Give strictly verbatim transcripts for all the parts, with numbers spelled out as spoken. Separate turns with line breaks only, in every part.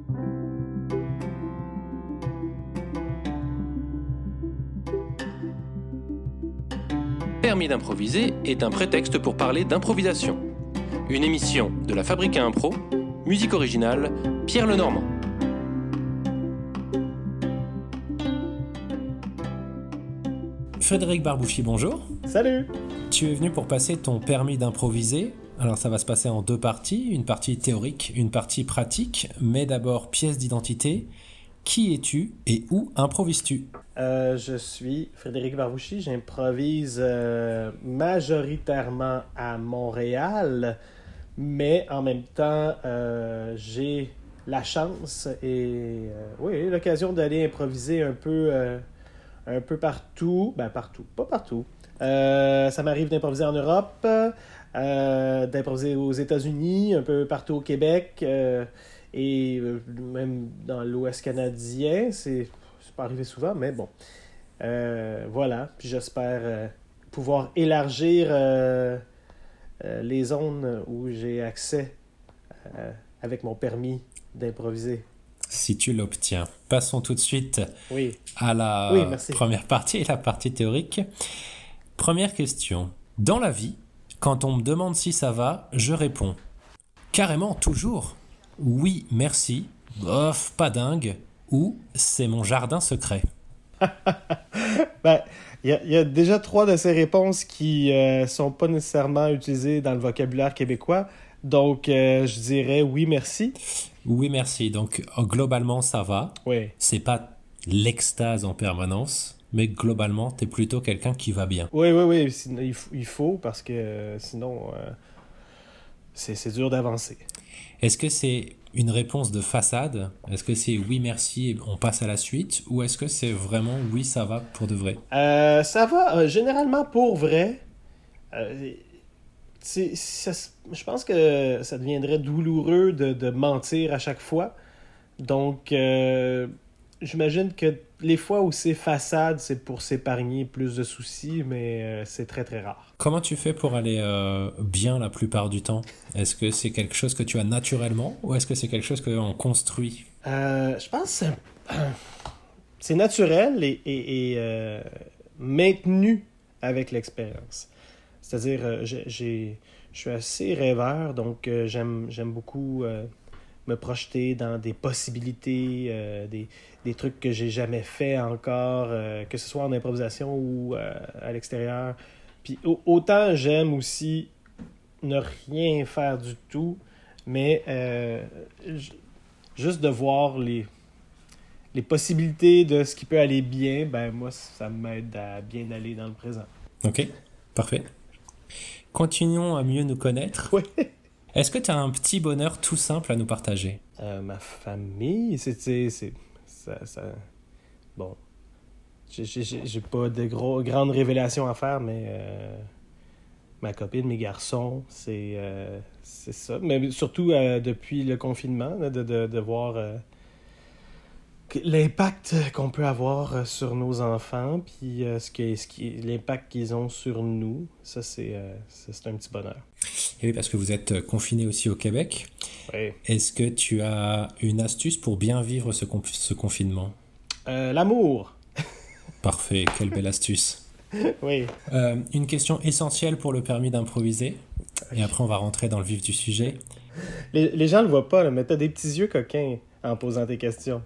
Permis d'improviser est un prétexte pour parler d'improvisation. Une émission de la Fabrique à Impro, musique originale, Pierre Lenormand.
Frédéric Barbouchi, bonjour.
Salut.
Tu es venu pour passer ton permis d'improviser. Alors ça va se passer en deux parties, une partie théorique, une partie pratique, mais d'abord pièce d'identité. Qui es-tu et où improvises-tu?
Euh, je suis Frédéric Barbouchi, j'improvise euh, majoritairement à Montréal, mais en même temps, euh, j'ai la chance et euh, oui, l'occasion d'aller improviser un peu, euh, un peu partout. Ben partout, pas partout. Euh, ça m'arrive d'improviser en Europe, euh, d'improviser aux États-Unis, un peu partout au Québec, euh, et euh, même dans l'Ouest canadien. C'est, c'est pas arrivé souvent, mais bon. Euh, voilà. Puis j'espère euh, pouvoir élargir euh, euh, les zones où j'ai accès euh, avec mon permis d'improviser.
Si tu l'obtiens. Passons tout de suite
oui.
à la
oui,
première partie, la partie théorique. Première question. Dans la vie, quand on me demande si ça va, je réponds carrément toujours oui, merci, bof, pas dingue, ou c'est mon jardin secret.
ben, il y, y a déjà trois de ces réponses qui euh, sont pas nécessairement utilisées dans le vocabulaire québécois. Donc, euh, je dirais oui, merci.
Oui, merci. Donc, globalement, ça va.
Oui.
C'est pas l'extase en permanence, mais globalement, t'es plutôt quelqu'un qui va bien.
Oui, oui, oui. Il faut, il faut parce que euh, sinon, euh, c'est, c'est dur d'avancer.
Est-ce que c'est une réponse de façade? Est-ce que c'est oui, merci, on passe à la suite? Ou est-ce que c'est vraiment oui, ça va pour de vrai?
Euh, ça va euh, généralement pour vrai. Euh, c'est, ça, je pense que ça deviendrait douloureux de, de mentir à chaque fois. Donc, euh, j'imagine que les fois où c'est façade, c'est pour s'épargner plus de soucis, mais euh, c'est très, très rare.
Comment tu fais pour aller euh, bien la plupart du temps? Est-ce que c'est quelque chose que tu as naturellement ou est-ce que c'est quelque chose qu'on construit?
Euh, je pense que c'est, c'est naturel et, et, et euh, maintenu avec l'expérience. C'est-à-dire, euh, j'ai, j'ai, je suis assez rêveur, donc euh, j'aime, j'aime beaucoup euh, me projeter dans des possibilités, euh, des, des trucs que j'ai jamais fait encore, euh, que ce soit en improvisation ou euh, à l'extérieur. Puis autant j'aime aussi ne rien faire du tout, mais euh, j- juste de voir les, les possibilités de ce qui peut aller bien, ben moi, ça m'aide à bien aller dans le présent.
Ok, parfait. Continuons à mieux nous connaître.
Oui.
Est-ce que tu as un petit bonheur tout simple à nous partager?
Euh, ma famille, c'est... c'est, c'est ça, ça, bon... J'ai, j'ai, j'ai pas de gros, grandes révélations à faire, mais euh, ma copine, mes garçons, c'est, euh, c'est ça. Mais surtout euh, depuis le confinement, là, de, de, de voir euh, l'impact qu'on peut avoir sur nos enfants, puis euh, ce que, ce qui, l'impact qu'ils ont sur nous, ça, c'est, euh, ça, c'est un petit bonheur.
Et oui, parce que vous êtes confiné aussi au Québec.
Oui.
Est-ce que tu as une astuce pour bien vivre ce, conf- ce confinement?
Euh, l'amour.
Parfait, quelle belle astuce.
Oui.
Euh, une question essentielle pour le permis d'improviser, et après on va rentrer dans le vif du sujet.
Les, les gens le voient pas, là, mais t'as des petits yeux coquins en posant tes questions.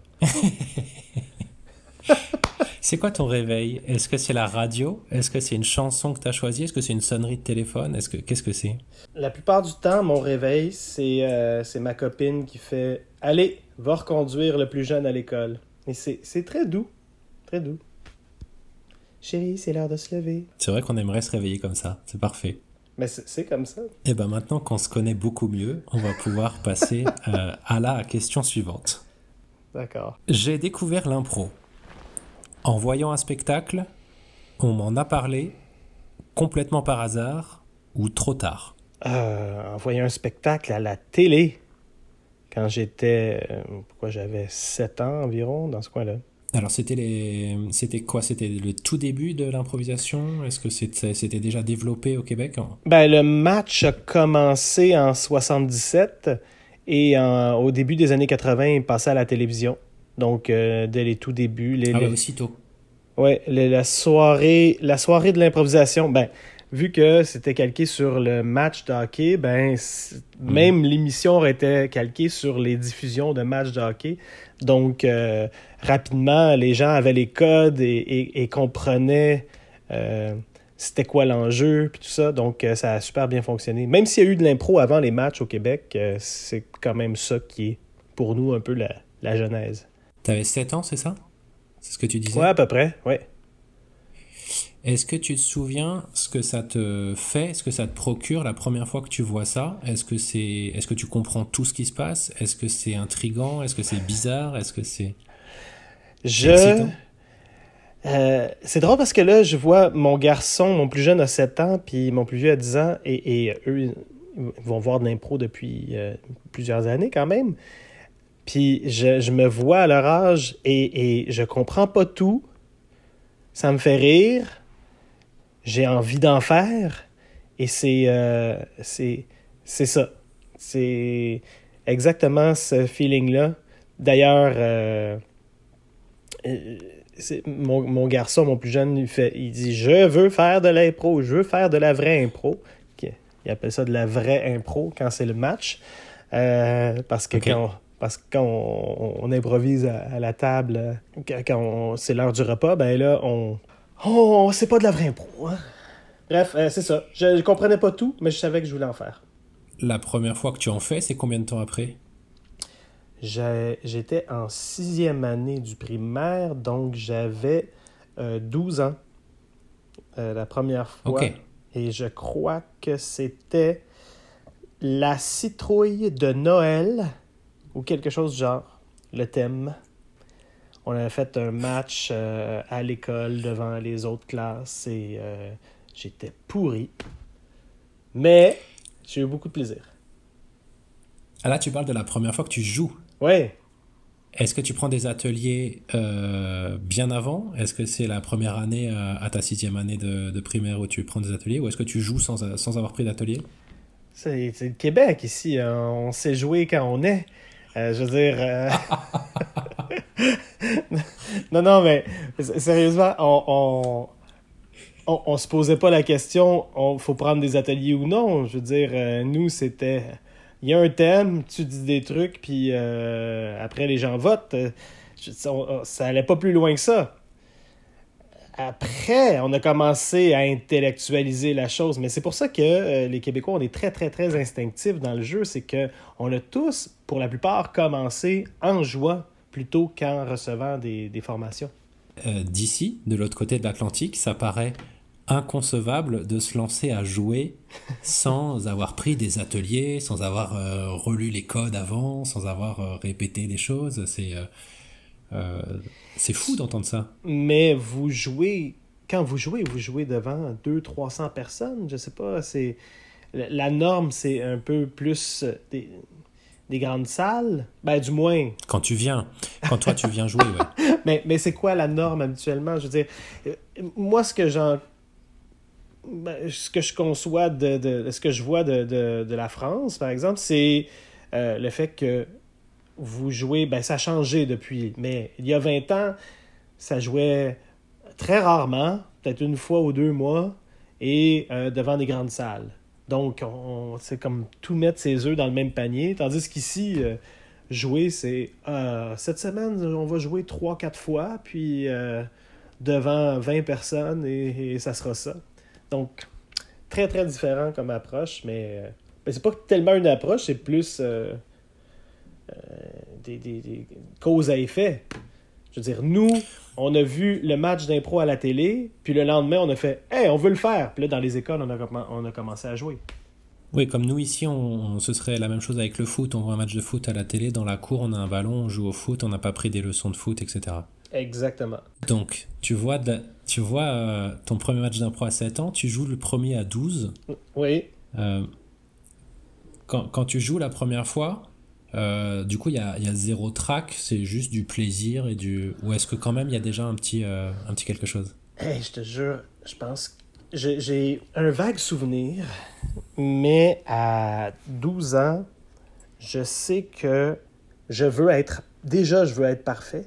C'est quoi ton réveil? Est-ce que c'est la radio? Est-ce que c'est une chanson que tu as choisie? Est-ce que c'est une sonnerie de téléphone? Est-ce que... Qu'est-ce que c'est?
La plupart du temps, mon réveil, c'est, euh, c'est ma copine qui fait « Allez, va reconduire le plus jeune à l'école. » Et c'est, c'est très doux, très doux. Chérie, c'est l'heure de se lever.
C'est vrai qu'on aimerait se réveiller comme ça, c'est parfait.
Mais c'est, c'est comme ça.
Et bien maintenant qu'on se connaît beaucoup mieux, on va pouvoir passer euh, à la question suivante.
D'accord.
J'ai découvert l'impro. En voyant un spectacle, on m'en a parlé complètement par hasard ou trop tard.
Euh, en voyant un spectacle à la télé, quand j'étais... Euh, pourquoi j'avais sept ans environ, dans ce coin-là.
Alors, c'était, les... c'était quoi? C'était le tout début de l'improvisation? Est-ce que c'était, c'était déjà développé au Québec?
Ben, le match a commencé en soixante-dix-sept Et en- au début des années quatre-vingts, il passait à la télévision. Donc, euh, dès les tout débuts. Les,
Ah ouais,
les-
aussitôt.
ouais, les- la soirée, la soirée de l'improvisation, ben, vu que c'était calqué sur le match de hockey, ben, c-
Mhm.
même l'émission aurait été calquée sur les diffusions de matchs de hockey. Donc, euh, rapidement, les gens avaient les codes et, et- et comprenaient euh, c'était quoi l'enjeu, puis tout ça. Donc, euh, ça a super bien fonctionné. Même s'il y a eu de l'impro avant les matchs au Québec, euh, c'est quand même ça qui est, pour nous, un peu la, la genèse.
T'avais sept ans, c'est ça? C'est ce que tu disais?
Ouais, à peu près, ouais.
Est-ce que tu te souviens ce que ça te fait, ce que ça te procure la première fois que tu vois ça? Est-ce que c'est, est-ce que tu comprends tout ce qui se passe? Est-ce que c'est intriguant? Est-ce que c'est bizarre? Est-ce que c'est
Je...
excitant?
Euh, c'est drôle parce que là, je vois mon garçon, mon plus jeune a sept ans, puis mon plus vieux a dix ans, et, et eux, ils vont voir de l'impro depuis euh, plusieurs années quand même. Puis je, je me vois à leur âge et, et je comprends pas tout. Ça me fait rire. J'ai envie d'en faire. Et c'est, euh, c'est, c'est ça. C'est exactement ce feeling-là. D'ailleurs, euh, euh, c'est, mon, mon garçon, mon plus jeune, il, fait, il dit « Je veux faire de l'impro, je veux faire de la vraie impro. » Il appelle ça de la vraie impro quand c'est le match. Euh, parce que
Ok.
quand, parce que quand on, on improvise à, à la table, euh, quand, quand on- c'est l'heure du repas, ben là, on... Oh, c'est pas de la vraie impro. Hein? Bref, euh, c'est ça. Je, je comprenais pas tout, mais je savais que je voulais en faire.
La première fois que tu en fais, c'est combien de temps après?
J'ai- J'étais en sixième année du primaire, donc j'avais euh, douze ans euh, la première fois.
Ok.
Et je crois que c'était la citrouille de Noël ou quelque chose du genre, le thème. On avait fait un match euh, à l'école devant les autres classes et euh, j'étais pourri. Mais j'ai eu beaucoup de plaisir.
Ah là, tu parles de la première fois que tu joues.
Ouais.
Est-ce que tu prends des ateliers euh, bien avant? Est-ce que c'est la première année euh, à ta sixième année de, de primaire où tu prends des ateliers? Ou est-ce que tu joues sans, sans avoir pris d'atelier?
C'est, c'est le Québec ici. hein. On sait jouer quand on est. Euh, je veux dire. euh, non, non, mais s- sérieusement, on, on, on, on se posait pas la question, on faut prendre des ateliers ou non. Je veux dire, euh, nous, c'était. Il y a un thème, tu dis des trucs, puis euh, après, les gens votent. Euh, je- ça, on- ça allait pas plus loin que ça. Après, on a commencé à intellectualiser la chose, mais c'est pour ça que euh, les Québécois, on est très, très, très instinctifs dans le jeu. C'est que on a tous, pour la plupart, commencé en jouant plutôt qu'en recevant des, des formations.
Euh, d'ici, de l'autre côté de l'Atlantique, ça paraît inconcevable de se lancer à jouer sans avoir pris des ateliers, sans avoir euh, relu les codes avant, sans avoir euh, répété des choses. C'est euh, euh, c'est fou d'entendre ça.
Mais vous jouez, quand vous jouez, vous jouez devant deux cents trois cents personnes, je sais pas, c'est... La norme, c'est un peu plus euh, des, des grandes salles, ben du moins.
Quand tu viens, quand toi tu viens jouer, ouais.
Mais, mais c'est quoi la norme habituellement? Je veux dire, euh, moi, ce que j'en... ben, ce que je conçois de, de, de ce que je vois de, de, de la France, par exemple, c'est euh, le fait que vous jouez, ben ça a changé depuis, mais il y a vingt ans, ça jouait très rarement, peut-être une fois ou deux mois, et euh, devant des grandes salles. Donc, on, c'est comme tout mettre ses œufs dans le même panier, tandis qu'ici, euh, jouer, c'est euh, cette semaine, on va jouer trois quatre fois, puis euh, devant vingt personnes, et, et ça sera ça. Donc, très, très différent comme approche, mais, euh, mais c'est pas tellement une approche, c'est plus euh, euh, des, des, des causes à effet. Je veux dire, nous, on a vu le match d'impro à la télé, puis le lendemain, on a fait « Hey, on veut le faire! » Puis là, dans les écoles, on a, comm- on a commencé à jouer.
Oui, comme nous ici, on, ce serait la même chose avec le foot. On voit un match de foot à la télé, dans la cour, on a un ballon, on joue au foot, on n'a pas pris des leçons de foot, et cetera.
Exactement.
Donc, tu vois, de- tu vois euh, ton premier match d'impro à sept ans, tu joues le premier à douze.
Oui.
Euh, quand, quand tu joues la première fois, euh, du coup, il y a, il y a zéro track, c'est juste du plaisir et du... Ou est-ce que quand même, il y a déjà un petit, euh, un petit quelque chose?
Hey, je te jure, je pense que j'ai, j'ai un vague souvenir, mais à douze ans, je sais que je veux être... Déjà, je veux être parfait.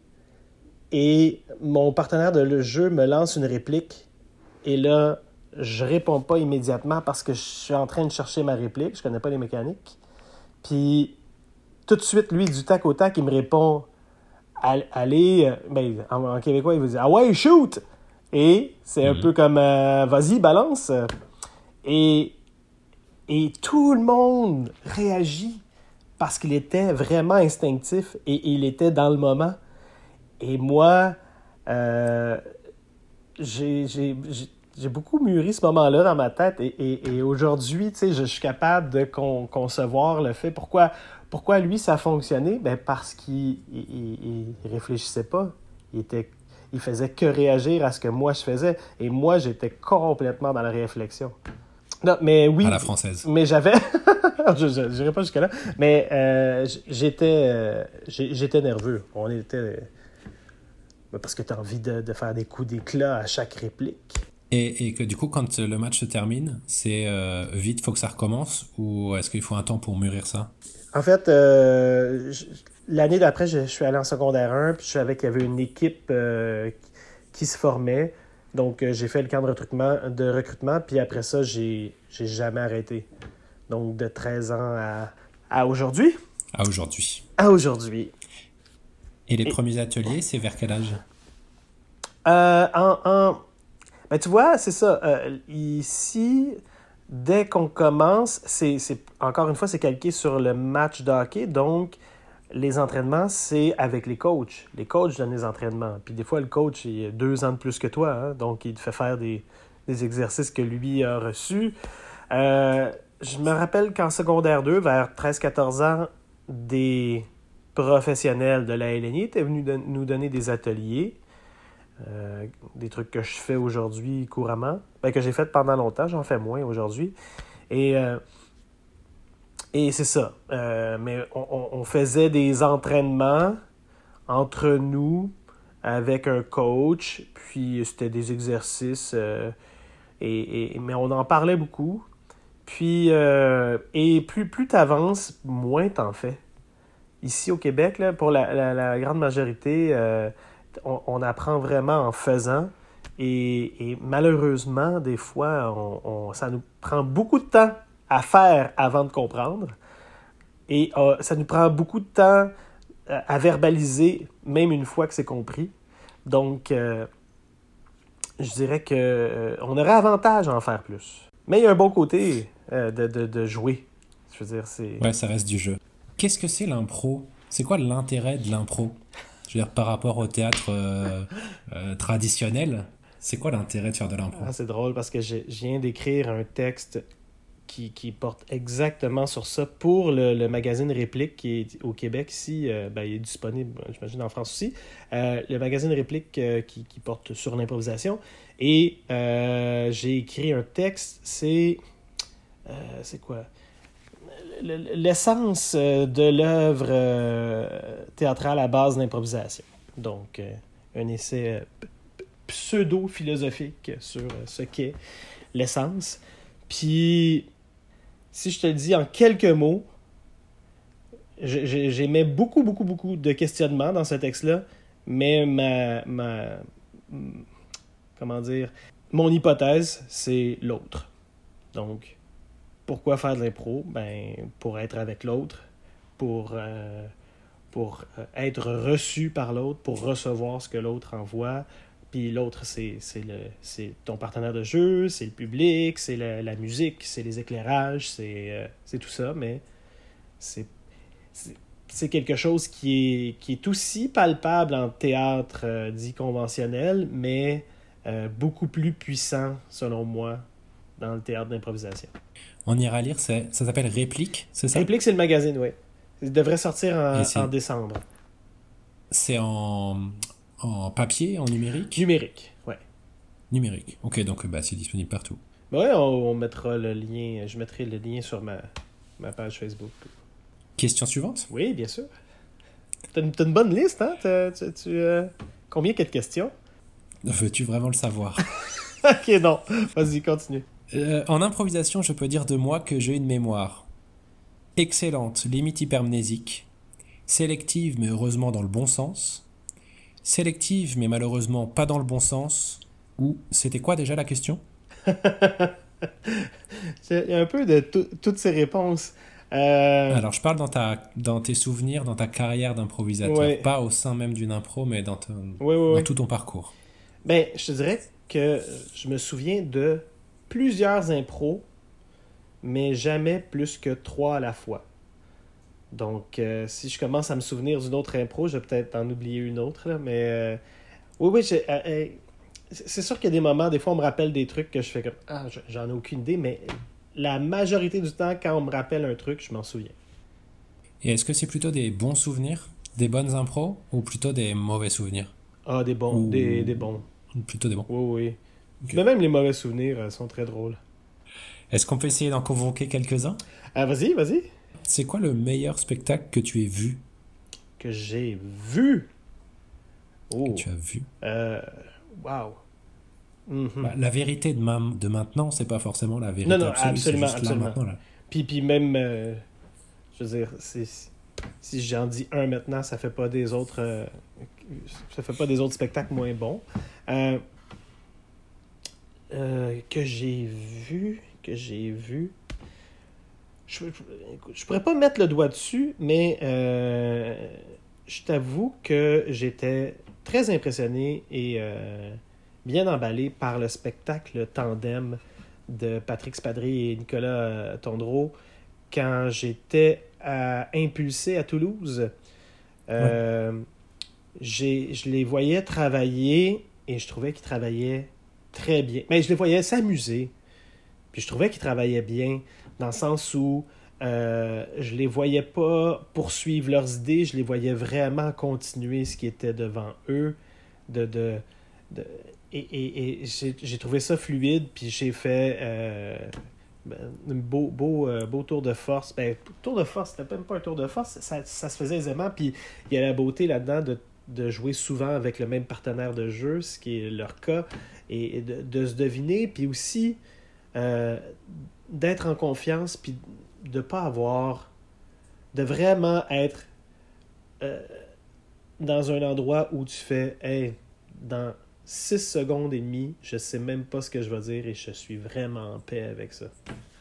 Et mon partenaire de jeu me lance une réplique. Et là, je réponds pas immédiatement parce que je suis en train de chercher ma réplique. Je connais pas les mécaniques. Puis, tout de suite, lui, du tac au tac, il me répond... Allez, ben, en, en québécois, il vous dit « Ah ouais, shoot! » Et c'est un mm-hmm. peu comme euh, « Vas-y, balance! » Et, et tout le monde réagit parce qu'il était vraiment instinctif et, et il était dans le moment. Et moi, euh, j'ai, j'ai, j'ai, j'ai beaucoup mûri ce moment-là dans ma tête. Et, et, et aujourd'hui, tu sais, je, je suis capable de con, concevoir le fait. Pourquoi, pourquoi lui, ça a fonctionné? Ben parce qu'il il, il, il réfléchissait pas. Il était, il faisait que réagir à ce que moi, je faisais. Et moi, j'étais complètement dans la réflexion. Non, mais oui.
À la française.
Mais j'avais... je n'irai pas jusque-là. Mais euh, j'étais, euh, j'étais nerveux. On était... Parce que tu as envie de, de faire des coups d'éclat à chaque réplique.
Et, et que du coup, quand le match se termine, c'est euh, vite, il faut que ça recommence? Ou est-ce qu'il faut un temps pour mûrir ça?
En fait, euh, je, l'année d'après, je, je suis allé en secondaire un, puis je savais qu'il y avait une équipe euh, qui, qui se formait. Donc, euh, j'ai fait le camp de recrutement, de recrutement puis après ça, j'ai, j'ai jamais arrêté. Donc, de treize ans à, à aujourd'hui.
À aujourd'hui.
À aujourd'hui.
Et les Et... premiers ateliers, c'est vers quel âge?
Euh, en, en... Ben, tu vois, c'est ça. Euh, ici, dès qu'on commence, c'est, c'est encore une fois, c'est calqué sur le match de hockey. Donc, les entraînements, c'est avec les coachs. Les coachs donnent les entraînements. Puis des fois, le coach, il a deux ans de plus que toi. Hein? Donc, il te fait faire des, des exercices que lui a reçus. Euh, je me rappelle qu'en secondaire deux, vers treize quatorze ans, des professionnels de la L N I étaient venus de, nous donner des ateliers. Euh, des trucs que je fais aujourd'hui couramment. Ben, que j'ai fait pendant longtemps. J'en fais moins aujourd'hui. Et... Euh, Et c'est ça. Euh, mais on, on faisait des entraînements entre nous avec un coach, puis c'était des exercices, euh, et, et, mais on en parlait beaucoup. Puis, euh, et plus, plus tu avances, moins t'en fais. Ici au Québec, là, pour la, la, la grande majorité, euh, on, on apprend vraiment en faisant. Et, et malheureusement, des fois, on, on, ça nous prend beaucoup de temps à faire avant de comprendre. Et euh, ça nous prend beaucoup de temps euh, à verbaliser, même une fois que c'est compris. Donc, euh, je dirais qu'on euh, aurait avantage à en faire plus. Mais il y a un bon côté euh, de, de, de jouer. Je veux dire, c'est...
Ouais, ça reste du jeu. Qu'est-ce que c'est l'impro? C'est quoi l'intérêt de l'impro? Je veux dire, par rapport au théâtre euh, euh, traditionnel, c'est quoi l'intérêt de faire de l'impro?
Ah, c'est drôle parce que je, je viens d'écrire un texte Qui, qui porte exactement sur ça pour le, le magazine Réplique qui est au Québec ici. Euh, ben, il est disponible, j'imagine, en France aussi. Euh, le magazine Réplique euh, qui, qui porte sur l'improvisation. Et euh, j'ai écrit un texte, c'est... Euh, c'est quoi? L'essence de l'œuvre euh, théâtrale à base d'improvisation. Donc, euh, un essai pseudo-philosophique sur ce qu'est l'essence. Puis... Si je te le dis en quelques mots, j'émets beaucoup, beaucoup, beaucoup de questionnements dans ce texte-là, mais ma, ma, comment dire, mon hypothèse, c'est l'autre. Donc, pourquoi faire de l'impro? Ben, pour être avec l'autre, pour, euh, pour être reçu par l'autre, pour recevoir ce que l'autre envoie. Puis l'autre, c'est, c'est, le, c'est ton partenaire de jeu, c'est le public, c'est la, la musique, c'est les éclairages, c'est, euh, c'est tout ça, mais c'est, c'est, c'est quelque chose qui est, qui est aussi palpable en théâtre euh, dit conventionnel, mais euh, beaucoup plus puissant, selon moi, dans le théâtre d'improvisation.
On ira lire, c'est, ça s'appelle Réplique, c'est ça?
Réplique, c'est le magazine, oui. Il devrait sortir en, en décembre.
C'est en... En papier, en numérique?
Numérique, ouais.
Numérique. Ok, donc bah, c'est disponible partout.
Ouais, on, on mettra le lien. Je mettrai le lien sur ma, ma page Facebook.
Question suivante?
Oui, bien sûr. T'as une, t'as une bonne liste, hein? T'as, tu, tu, euh... Combien qu'il y a de questions?
Veux-tu vraiment le savoir?
Ok, non. Vas-y, continue.
Euh, en improvisation, je peux dire de moi que j'ai une mémoire. excellente, limite hypermnésique, sélective mais heureusement dans le bon sens, sélective mais malheureusement pas dans le bon sens, ou c'était quoi déjà la question?
Il y a un peu de tout- toutes ces réponses. Euh,
Alors je parle dans, ta, dans tes souvenirs, dans ta carrière d'improvisateur,
ouais.
pas au sein même d'une impro, mais dans, ton-
Oui, oui,
dans
oui.
tout ton parcours.
Ben, je te dirais que je me souviens de plusieurs impros, mais jamais plus que trois à la fois. Donc, euh, si je commence à me souvenir d'une autre impro, je vais peut-être en oublier une autre, là, mais euh, oui, oui, j'ai- euh, euh, c'est c'est sûr qu'il y a des moments, des fois, on me rappelle des trucs que je fais comme ah, je- j'en ai aucune idée, mais la majorité du temps, quand on me rappelle un truc, je m'en souviens.
Et est-ce que c'est plutôt des bons souvenirs, des bonnes impros, ou plutôt des mauvais souvenirs?
Ah, des bons, des,
Ou
des bons.
plutôt des bons?
Oui, oui.
Ok.
Mais même les mauvais souvenirs euh, sont très drôles.
Est-ce qu'on peut essayer d'en convoquer quelques-uns?
Ah, vas-y, vas-y.
C'est quoi le meilleur spectacle que tu aies vu?
Que j'ai vu.
Que
Oh.
tu as vu?
Euh, wow. Mhm.
Bah, la vérité de, ma- de maintenant, c'est pas forcément la vérité
Non, non,
absolue,
absolument,
c'est juste
absolument.
là maintenant. Là.
Puis, puis même, euh, je veux dire, c'est- si j'en dis un maintenant, ça fait pas des autres, euh, ça fait pas des autres spectacles moins bons. Euh, euh, que j'ai vu, que j'ai vu. Je, je, écoute, je pourrais pas mettre le doigt dessus, mais euh, je t'avoue que j'étais très impressionné et euh, bien emballé par le spectacle tandem de Patrick Spadry et Nicolas euh, Tondreau quand j'étais à Impulsé à Toulouse. Euh, j'ai, je les voyais travailler et je trouvais qu'ils travaillaient très bien. Mais je les voyais s'amuser. Puis je trouvais qu'ils travaillaient bien dans le sens où euh, je les voyais pas poursuivre leurs idées, je les voyais vraiment continuer ce qui était devant eux. De, de, de, et et, et j'ai, j'ai trouvé ça fluide, puis j'ai fait euh, ben, un beau, beau, euh, beau tour de force. Ben, tour de force, c'était même pas un tour de force, ça, ça se faisait aisément, puis il y a la beauté là-dedans de, de jouer souvent avec le même partenaire de jeu, ce qui est leur cas, et, et de, de se deviner, puis aussi euh, d'être en confiance, puis de pas avoir, de vraiment être euh, dans un endroit où tu fais, hey, dans six secondes et demie, je sais même pas ce que je vais dire et je suis vraiment en paix avec ça.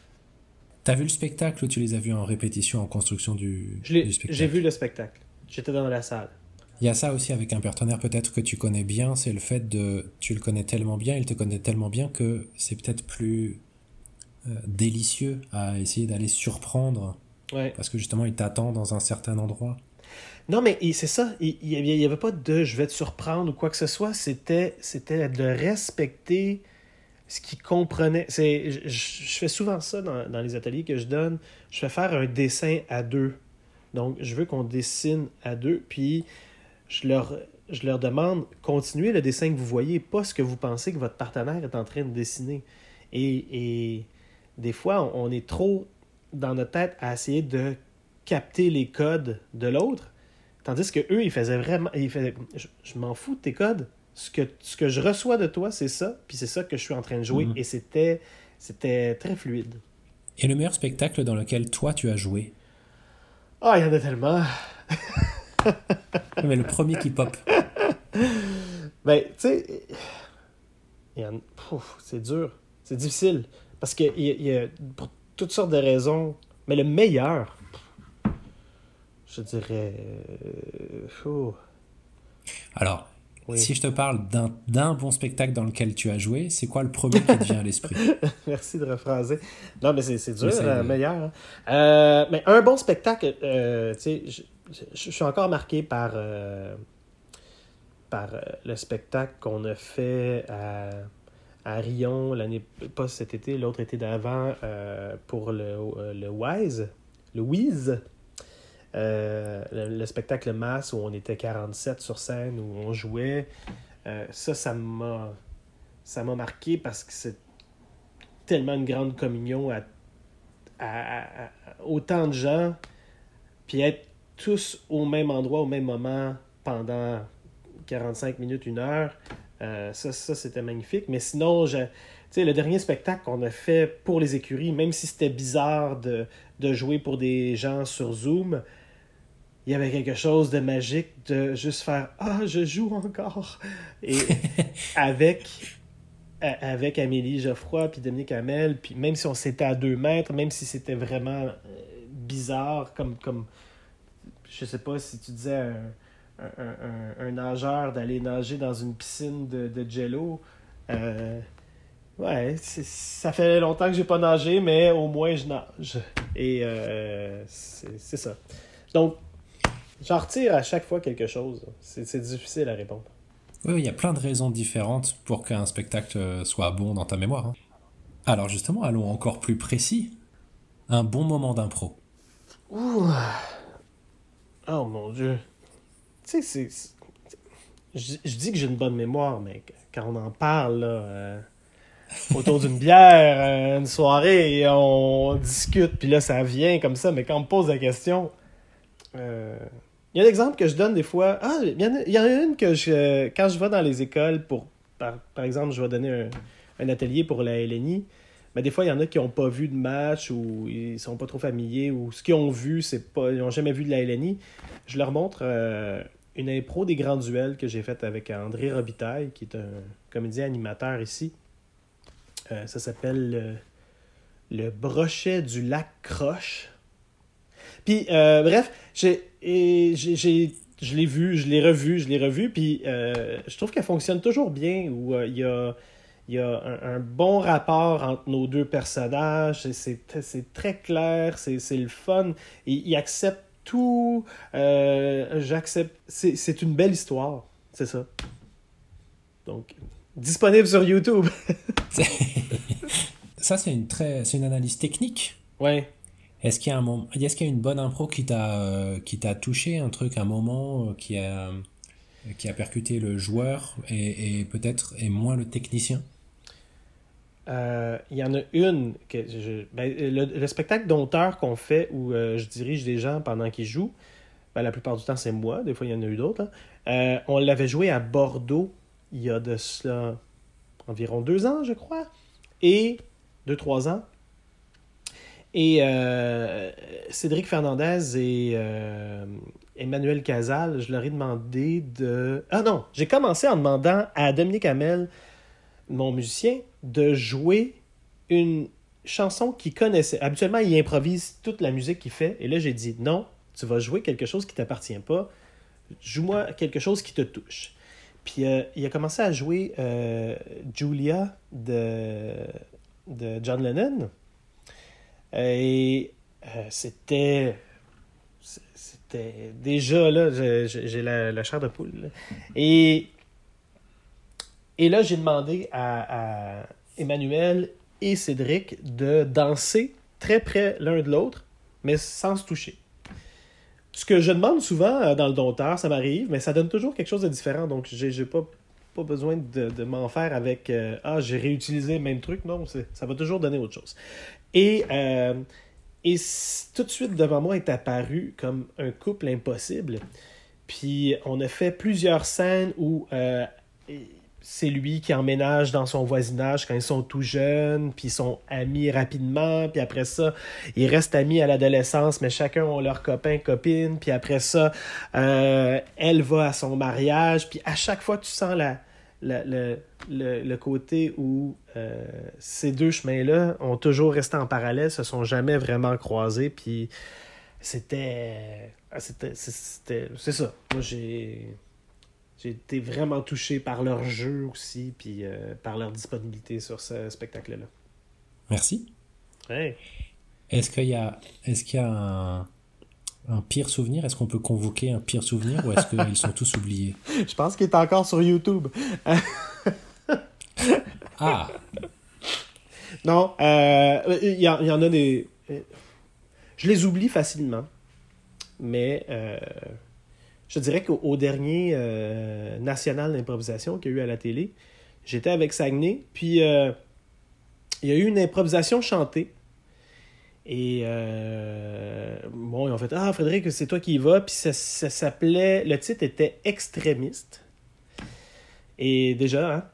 T'as vu le spectacle ou tu les as vus en répétition, en construction du,
Je l'ai,
du spectacle?
j'ai vu le spectacle. J'étais dans la salle.
Il y a ça aussi avec un partenaire peut-être que tu connais bien, c'est le fait de... Tu le connais tellement bien, il te connaît tellement bien que c'est peut-être plus euh, délicieux à essayer d'aller surprendre.
Ouais.
Parce que justement, il t'attend dans un certain endroit.
Non, mais c'est ça. Il n'y avait pas de « je vais te surprendre » ou quoi que ce soit. C'était, c'était de respecter ce qu'il comprenait. C'est, je, je fais souvent ça dans, dans les ateliers que je donne. Je fais faire un dessin à deux. Donc, je veux qu'on dessine à deux. Puis, je leur, je leur demande « continuez le dessin que vous voyez, pas ce que vous pensez que votre partenaire est en train de dessiner. » Et, et des fois, on est trop dans notre tête à essayer de capter les codes de l'autre. Tandis que eux, ils faisaient vraiment. Ils faisaient, je, je m'en fous de tes codes. Ce que, ce que je reçois de toi, c'est ça. Puis c'est ça que je suis en train de jouer. Mm-hmm. Et c'était, c'était très fluide.
Et le meilleur spectacle dans lequel toi, tu as joué?
Ah, oh, il y en a tellement.
Mais le premier qui pop.
Ben, tu sais. En... C'est dur. C'est difficile. Parce que il y, a, il y a pour toutes sortes de raisons. Mais le meilleur. Je dirais... Oh.
Alors, oui. Si je te parle d'un, d'un bon spectacle dans lequel tu as joué, c'est quoi le premier qui te vient à l'esprit?
Merci de rephraser. Non, mais c'est, c'est dur, le de... meilleur. Hein. Euh, mais un bon spectacle, euh, tu sais, je, je, je suis encore marqué par, euh, par euh, le spectacle qu'on a fait à, à Rion, l'année, pas cet été, l'autre été d'avant, euh, pour le, le Wise, le Wiz. Euh, le, le spectacle Masse où on était quarante-sept sur scène, où on jouait, euh, ça, ça m'a ça m'a marqué parce que c'est tellement une grande communion à, à, à, à autant de gens, puis être tous au même endroit, au même moment, pendant quarante-cinq minutes, une heure, euh, ça, ça, c'était magnifique. Mais sinon, je, tu sais, le dernier spectacle qu'on a fait pour les écuries, même si c'était bizarre de, de jouer pour des gens sur Zoom, il y avait quelque chose de magique de juste faire « Ah, je joue encore! » Et avec, avec Amélie Geoffroy puis Dominique Hamel, puis même si on s'était à deux mètres, même si c'était vraiment bizarre, comme, comme je sais pas si tu disais un, un, un, un nageur d'aller nager dans une piscine de, de jello, euh, ouais, c'est, ça fait longtemps que j'ai pas nagé, mais au moins je nage. Et euh, c'est, c'est ça. Donc, j'en retire à chaque fois quelque chose. C'est, c'est difficile à répondre.
Oui, il y a plein de raisons différentes pour qu'un spectacle soit bon dans ta mémoire. Hein. Alors justement, allons encore plus précis. Un bon moment d'impro.
Ouh. Oh mon Dieu. Tu sais, c'est... c'est... Je, je dis que j'ai une bonne mémoire, mais quand on en parle, là, euh, autour d'une bière, euh, une soirée, et on discute, puis là, ça vient comme ça, mais quand on me pose la question... Euh... Il y a un exemple que je donne des fois. Ah, il y en a, il y en a une que je... Quand je vais dans les écoles, pour par, par exemple, je vais donner un, un atelier pour la L N I, mais des fois, il y en a qui n'ont pas vu de match ou ils sont pas trop familiers ou ce qu'ils ont vu, c'est pas, ils n'ont jamais vu de la L N I. Je leur montre euh, une impro des Grands Duels que j'ai faite avec André Robitaille, qui est un comédien animateur ici. Euh, ça s'appelle le, le Brochet du lac Croche. Puis, euh, bref, j'ai, et j'ai, j'ai, je l'ai vu, je l'ai revu, je l'ai revu, puis euh, je trouve qu'elle fonctionne toujours bien, où il euh, y a... Il y a un, un bon rapport entre nos deux personnages, c'est, c'est, c'est très clair, c'est, c'est le fun, et il accepte tout, euh, j'accepte, c'est, c'est une belle histoire, c'est ça. Donc, disponible sur YouTube.
Ça, c'est une, très, c'est une analyse technique.
Ouais.
Est-ce qu'il y a, un moment, est-ce qu'il y a une bonne impro qui t'a, euh, qui t'a touché, un truc, un moment euh, qui a, qui a percuté le joueur et, et peut-être et moins le technicien?
Il euh, y en a une, que je, ben, le, le spectacle d'auteur qu'on fait où euh, je dirige des gens pendant qu'ils jouent, ben, la plupart du temps c'est moi, des fois il y en a eu d'autres. Hein. Euh, on l'avait joué à Bordeaux il y a de cela environ deux ans, je crois, et deux, trois ans. Et euh, Cédric Fernandez et euh, Emmanuel Casal, je leur ai demandé de... Ah non, j'ai commencé en demandant à Dominique Hamel, mon musicien, de jouer une chanson qu'il connaissait. Habituellement, il improvise toute la musique qu'il fait. Et là, j'ai dit, non, tu vas jouer quelque chose qui ne t'appartient pas. Joue-moi quelque chose qui te touche. Puis, euh, il a commencé à jouer euh, Julia de, de John Lennon. Et euh, c'était... C'était... Déjà, là, j'ai, j'ai la, la chair de poule. Là. Et... Et là, j'ai demandé à, à Emmanuel et Cédric de danser très près l'un de l'autre, mais sans se toucher. Ce que je demande souvent dans le dompteur, ça m'arrive, mais ça donne toujours quelque chose de différent. Donc, j'ai, j'ai pas, pas besoin de, de m'en faire avec euh, « Ah, j'ai réutilisé le même truc. » Non, c'est, ça va toujours donner autre chose. Et, euh, et tout de suite, devant moi, est apparu comme un couple impossible. Puis, on a fait plusieurs scènes où... Euh, c'est lui qui emménage dans son voisinage quand ils sont tout jeunes, puis ils sont amis rapidement, puis après ça, ils restent amis à l'adolescence, mais chacun ont leurs copains, copines, puis après ça, euh, elle va à son mariage, puis à chaque fois, tu sens la, la, le, le, le côté où euh, ces deux chemins-là ont toujours resté en parallèle, se sont jamais vraiment croisés, puis c'était... c'était, c'était c'est ça. Moi, j'ai... J'ai été vraiment touché par leur jeu aussi, puis euh, par leur disponibilité sur ce spectacle-là.
Merci.
Ouais.
Est-ce qu'il y a, est-ce qu'il y a un, un pire souvenir? Est-ce qu'on peut convoquer un pire souvenir ou est-ce qu'ils sont tous oubliés?
Je pense qu'il est encore sur YouTube.
Ah!
Non, euh, il y, y en a des... Je les oublie facilement, mais... Euh... Je dirais qu'au au dernier euh, national d'improvisation qu'il y a eu à la télé, j'étais avec Saguenay, puis euh, il y a eu une improvisation chantée. Et euh, bon, ils ont fait « Ah, Frédéric, c'est toi qui y vas », puis ça, ça s'appelait... Le titre était « Extrémiste ». Et déjà, hein,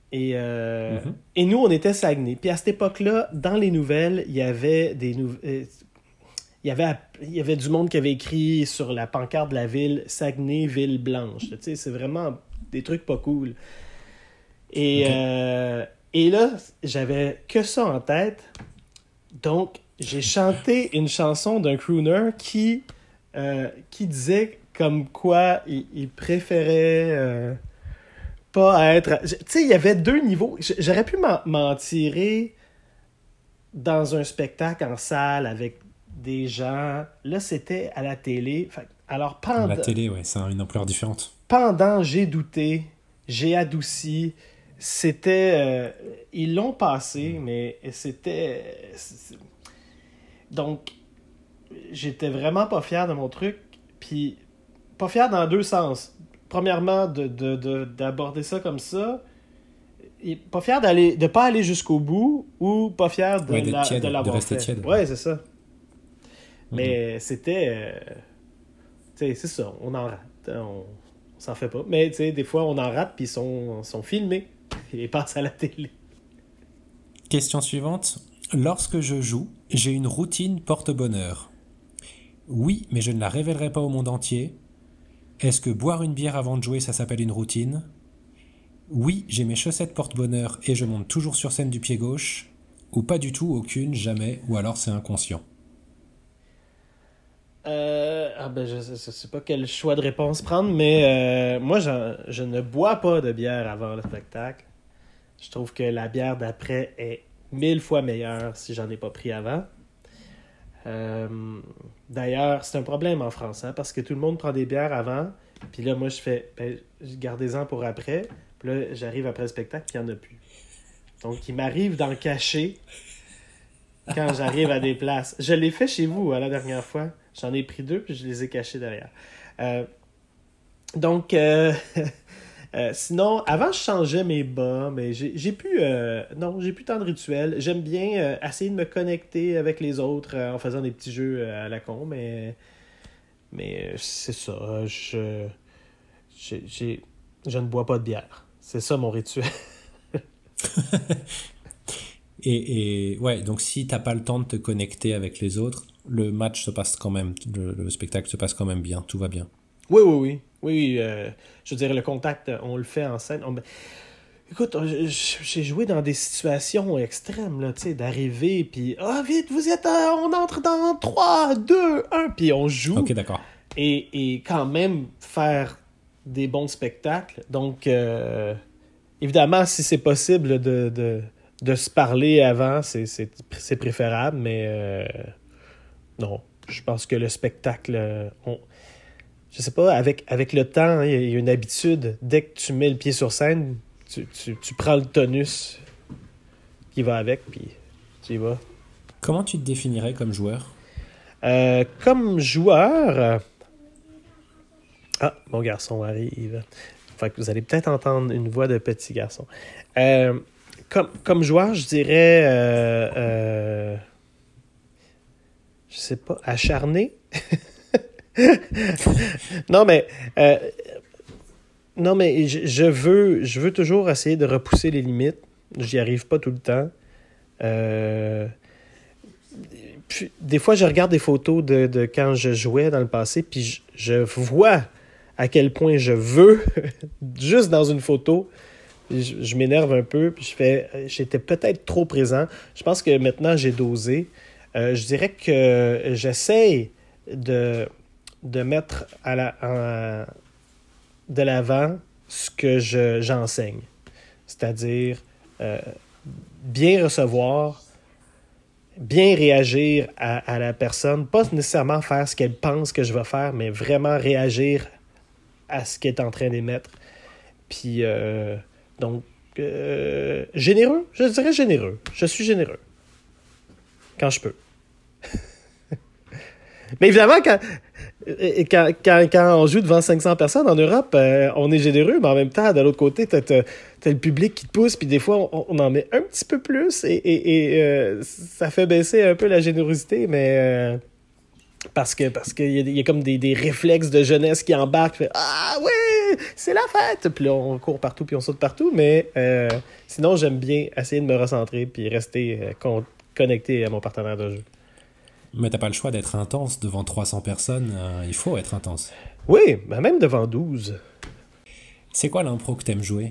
Et, euh,
Mm-hmm.
et nous, on était Saguenay. Puis à cette époque-là, dans les nouvelles, il y avait des nouvelles. Il y avait, il y avait du monde qui avait écrit sur la pancarte de la ville Saguenay, ville blanche. Tu sais, c'est vraiment des trucs pas cool. Et,
Ok.
euh, et là, j'avais que ça en tête. Donc, j'ai chanté une chanson d'un crooner qui, euh, qui disait comme quoi il, il préférait euh, pas être... Tu sais, il y avait deux niveaux. J'aurais pu m'en, m'en tirer dans un spectacle en salle avec des gens. Là, c'était à la télé. Fait, alors, pendant,
La télé, ouais, ça a une ampleur différente.
pendant j'ai douté, j'ai adouci. C'était... euh, ils l'ont passé, mais c'était... c'est- Donc, j'étais vraiment pas fier de mon truc. Puis, pas fier dans deux sens. Premièrement, de, de, de- d'aborder ça comme ça. Et pas fier d'aller, de pas aller jusqu'au bout, ou pas fier de,
Ouais, d'être
la-
tiède,
de
de
l'avoir
rester
fait.
tiède.
Ouais, c'est ça.
Mhm.
Mais c'était... euh, tu sais, c'est ça, on en rate. On, on s'en fait pas. Mais tu sais, des fois, on en rate, puis ils sont, sont filmés. Et ils passent à la télé.
Question suivante. Lorsque je joue, j'ai une routine porte-bonheur. Oui, mais je ne la révélerai pas au monde entier. Est-ce que boire une bière avant de jouer, ça s'appelle une routine ? Oui, j'ai mes chaussettes porte-bonheur et je monte toujours sur scène du pied gauche. Ou pas du tout, aucune, jamais, ou alors c'est inconscient.
Euh, ah ben, je, je sais pas quel choix de réponse prendre, mais euh, moi, j'en- je ne bois pas de bière avant le spectacle. Je trouve que la bière d'après est mille fois meilleure si j'en ai pas pris avant. Euh, D'ailleurs, c'est un problème en France, hein, parce que tout le monde prend des bières avant, puis là, moi, je fais, ben, gardez-en pour après, puis là, j'arrive après le spectacle, puis il n'y en a plus. Donc, il m'arrive d'en cacher quand j'arrive à des places. Je l'ai fait chez vous, hein, la dernière fois. J'en ai pris deux, puis je les ai cachés derrière. Euh, donc, euh, euh, sinon, avant, je changeais mes bas, mais j'ai, j'ai plus... euh, non, j'ai plus tant de rituels. J'aime bien euh, essayer de me connecter avec les autres euh, en faisant des petits jeux euh, à la con, mais... Mais euh, c'est ça. Je, j'ai, j'ai- je ne bois pas de bière. C'est ça, mon rituel.
Et, et ouais, donc si t'as pas le temps de te connecter avec les autres, le match se passe quand même, le, le spectacle se passe quand même bien, tout va bien.
Oui, oui, oui. Oui, euh, je veux dire, le contact, on le fait en scène. On- Écoute, je- je- j'ai joué dans des situations extrêmes, là, tu sais, d'arriver, puis « Ah, vite, vous êtes... euh, on entre dans trois, deux, un », puis on joue.
Ok, d'accord.
Et, et quand même faire des bons spectacles. Donc, euh, évidemment, si c'est possible de, de, de se parler avant, c'est, c'est, c'est préférable, mais euh, non, je pense que le spectacle, euh, on, je sais pas, avec, avec le temps, hein, il y a une habitude, dès que tu mets le pied sur scène, tu, tu, tu prends le tonus qui va avec, puis tu y vas.
Comment tu te définirais comme joueur ?
Euh, comme joueur... euh, Ah, mon garçon arrive. Fait que vous allez peut-être entendre une voix de petit garçon. Euh, comme, comme joueur, je dirais... Euh, euh, je sais pas, acharné? non, mais... euh, non, mais je, je veux, je veux toujours essayer de repousser les limites. J'y arrive pas tout le temps. Euh, puis, des fois, je regarde des photos de, de quand je jouais dans le passé, puis je, je vois à quel point je veux, juste dans une photo, je, je m'énerve un peu, puis je fais, j'étais peut-être trop présent. Je pense que maintenant, j'ai dosé. Euh, je dirais que j'essaye de, de mettre à la, en, de l'avant ce que je, j'enseigne. C'est-à-dire euh, bien recevoir, bien réagir à, à la personne, pas nécessairement faire ce qu'elle pense que je vais faire, mais vraiment réagir à ce qu'elle est en train d'émettre. Puis, euh, donc, euh, généreux, je dirais généreux. Je suis généreux. Quand je peux. Mais évidemment, quand, quand, quand, quand on joue devant cinq cents personnes en Europe, euh, on est généreux, mais en même temps, de l'autre côté, t'as, t'as, t'as le public qui te pousse, puis des fois, on, on en met un petit peu plus, et, et, et euh, ça fait baisser un peu la générosité, mais... Euh, Parce que parce qu'il y, y a comme des, des réflexes de jeunesse qui embarquent. Fait, ah ouais, ouais, c'est la fête! Puis là, on court partout, puis on saute partout. Mais euh, sinon, j'aime bien essayer de me recentrer, puis rester euh, con- connecté à mon partenaire de jeu.
Mais t'as pas le choix d'être intense devant trois cents personnes. euh, il faut être intense.
Oui, ben même devant douze.
C'est quoi l'impro que t'aimes jouer?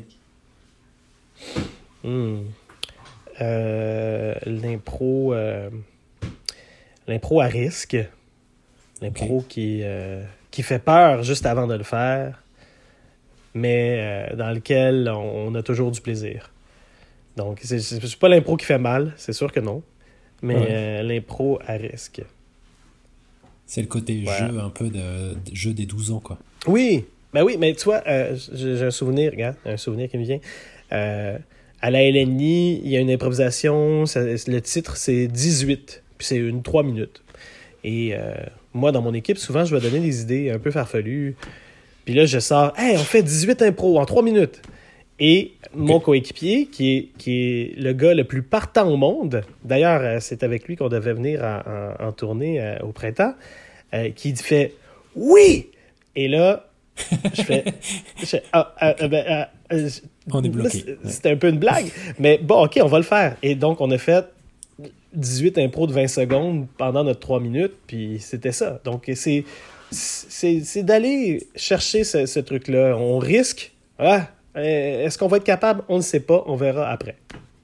Hmm. Euh, l'impro... euh, l'impro à risque. L'impro okay. qui, euh, qui fait peur juste avant de le faire, mais euh, dans lequel on, on a toujours du plaisir. Donc, c'est, c'est, c'est pas l'impro qui fait mal, c'est sûr que non, mais ouais. euh, l'impro à risque.
C'est le côté voilà. jeu un peu de, de jeu des douze ans, quoi.
Oui, ben oui, mais tu vois, euh, j'ai, j'ai un souvenir, regarde, un souvenir qui me vient. Euh, à la L N I, il y a une improvisation, ça, le titre c'est dix-huit, puis c'est une trois minutes. Et euh, moi, dans mon équipe, souvent, je vais donner des idées un peu farfelues. Puis là, je sors « Hey, on fait dix-huit impros en trois minutes! » Et mon coéquipier, qui est, qui est le gars le plus partant au monde, d'ailleurs, c'est avec lui qu'on devait venir en, en, en tournée euh, au printemps, euh, qui fait « Oui! » Et là, je fais... Je fais ah, ah, ben, ah, euh,
on est bloqué.
Là, c'était un peu une blague, mais bon, OK, on va le faire. Et donc, on a fait... dix-huit impros de vingt secondes pendant notre trois minutes, puis c'était ça. Donc, c'est, c'est, c'est d'aller chercher ce, ce truc-là. On risque. Ah, est-ce qu'on va être capable? On ne sait pas. On verra après.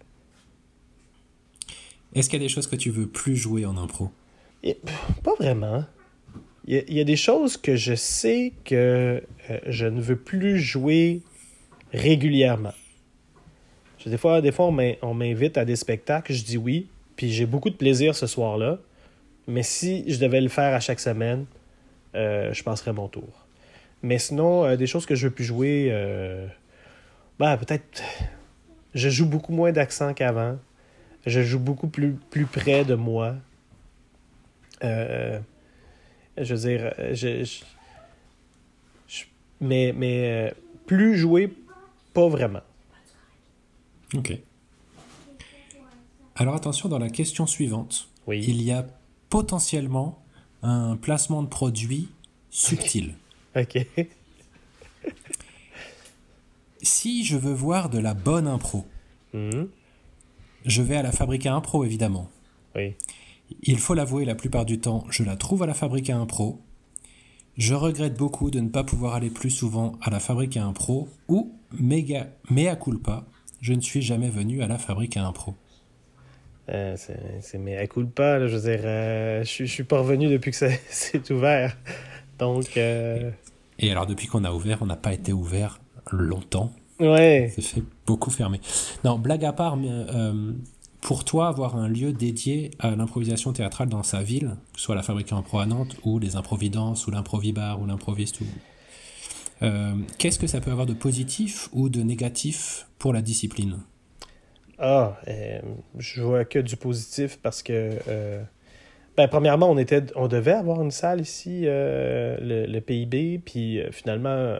Est-ce qu'il y a des choses que tu veux plus jouer en impro?
Et, pas vraiment. Il y, a, il y a des choses que je sais que euh, je ne veux plus jouer régulièrement. Des fois, des fois on m'invite à des spectacles, je dis oui. Puis j'ai beaucoup de plaisir ce soir-là. Mais si je devais le faire à chaque semaine, euh, je passerais mon tour. Mais sinon, euh, des choses que je veux plus jouer, euh, ben, peut-être... Je joue beaucoup moins d'accent qu'avant. Je joue beaucoup plus, plus près de moi. Euh, je veux dire, je, je, je, mais, mais euh, plus jouer, pas vraiment.
OK. Alors attention, dans la question suivante,
oui.
il y a potentiellement un placement de produit subtil.
OK.
Si je veux voir de la bonne impro,
mmh.
je vais à la Fabrique à Impro, évidemment.
Oui.
Il faut l'avouer, la plupart du temps, je la trouve à la Fabrique à Impro. Je regrette beaucoup de ne pas pouvoir aller plus souvent à la Fabrique à Impro ou, méga, mea culpa, je ne suis jamais venu à la Fabrique à Impro.
Euh, c'est, c'est mea culpa, là, je veux dire, euh, je, je suis pas revenu depuis que c'est, c'est ouvert. Donc... Euh...
Et alors, depuis qu'on a ouvert, on n'a pas été ouvert longtemps.
Ouais.
C'est fait beaucoup fermé. Non, blague à part, mais, euh, pour toi, avoir un lieu dédié à l'improvisation théâtrale dans sa ville, que ce soit la Fabrique à Impro à Nantes, ou les Improvidances, ou l'Improvibar, ou l'Improviste, ou... Euh, qu'est-ce que ça peut avoir de positif ou de négatif pour la discipline?
Ah, euh, je vois que du positif parce que, euh, ben, premièrement, on était, on devait avoir une salle ici, euh, le, le P I B, puis euh, finalement,